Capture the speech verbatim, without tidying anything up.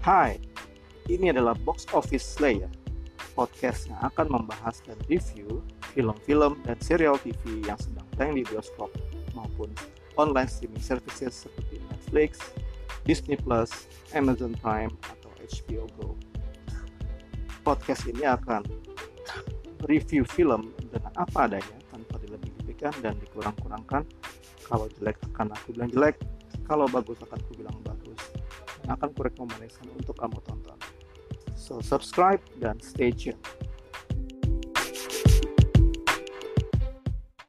Hai, ini adalah Box Office Slayer, podcast yang akan membahas dan review film-film dan serial T V yang sedang tayang di bioskop maupun online streaming services seperti Netflix, Disney Plus, Amazon Prime, atau H B O Go. Podcast ini akan review film dengan apa adanya tanpa dilebih-lebihkan dan dikurang-kurangkan. Kalau jelek akan aku bilang jelek, kalau bagus akan aku bilang bagus. Akan kurekomendasikan untuk kamu tonton. So subscribe dan stay tuned.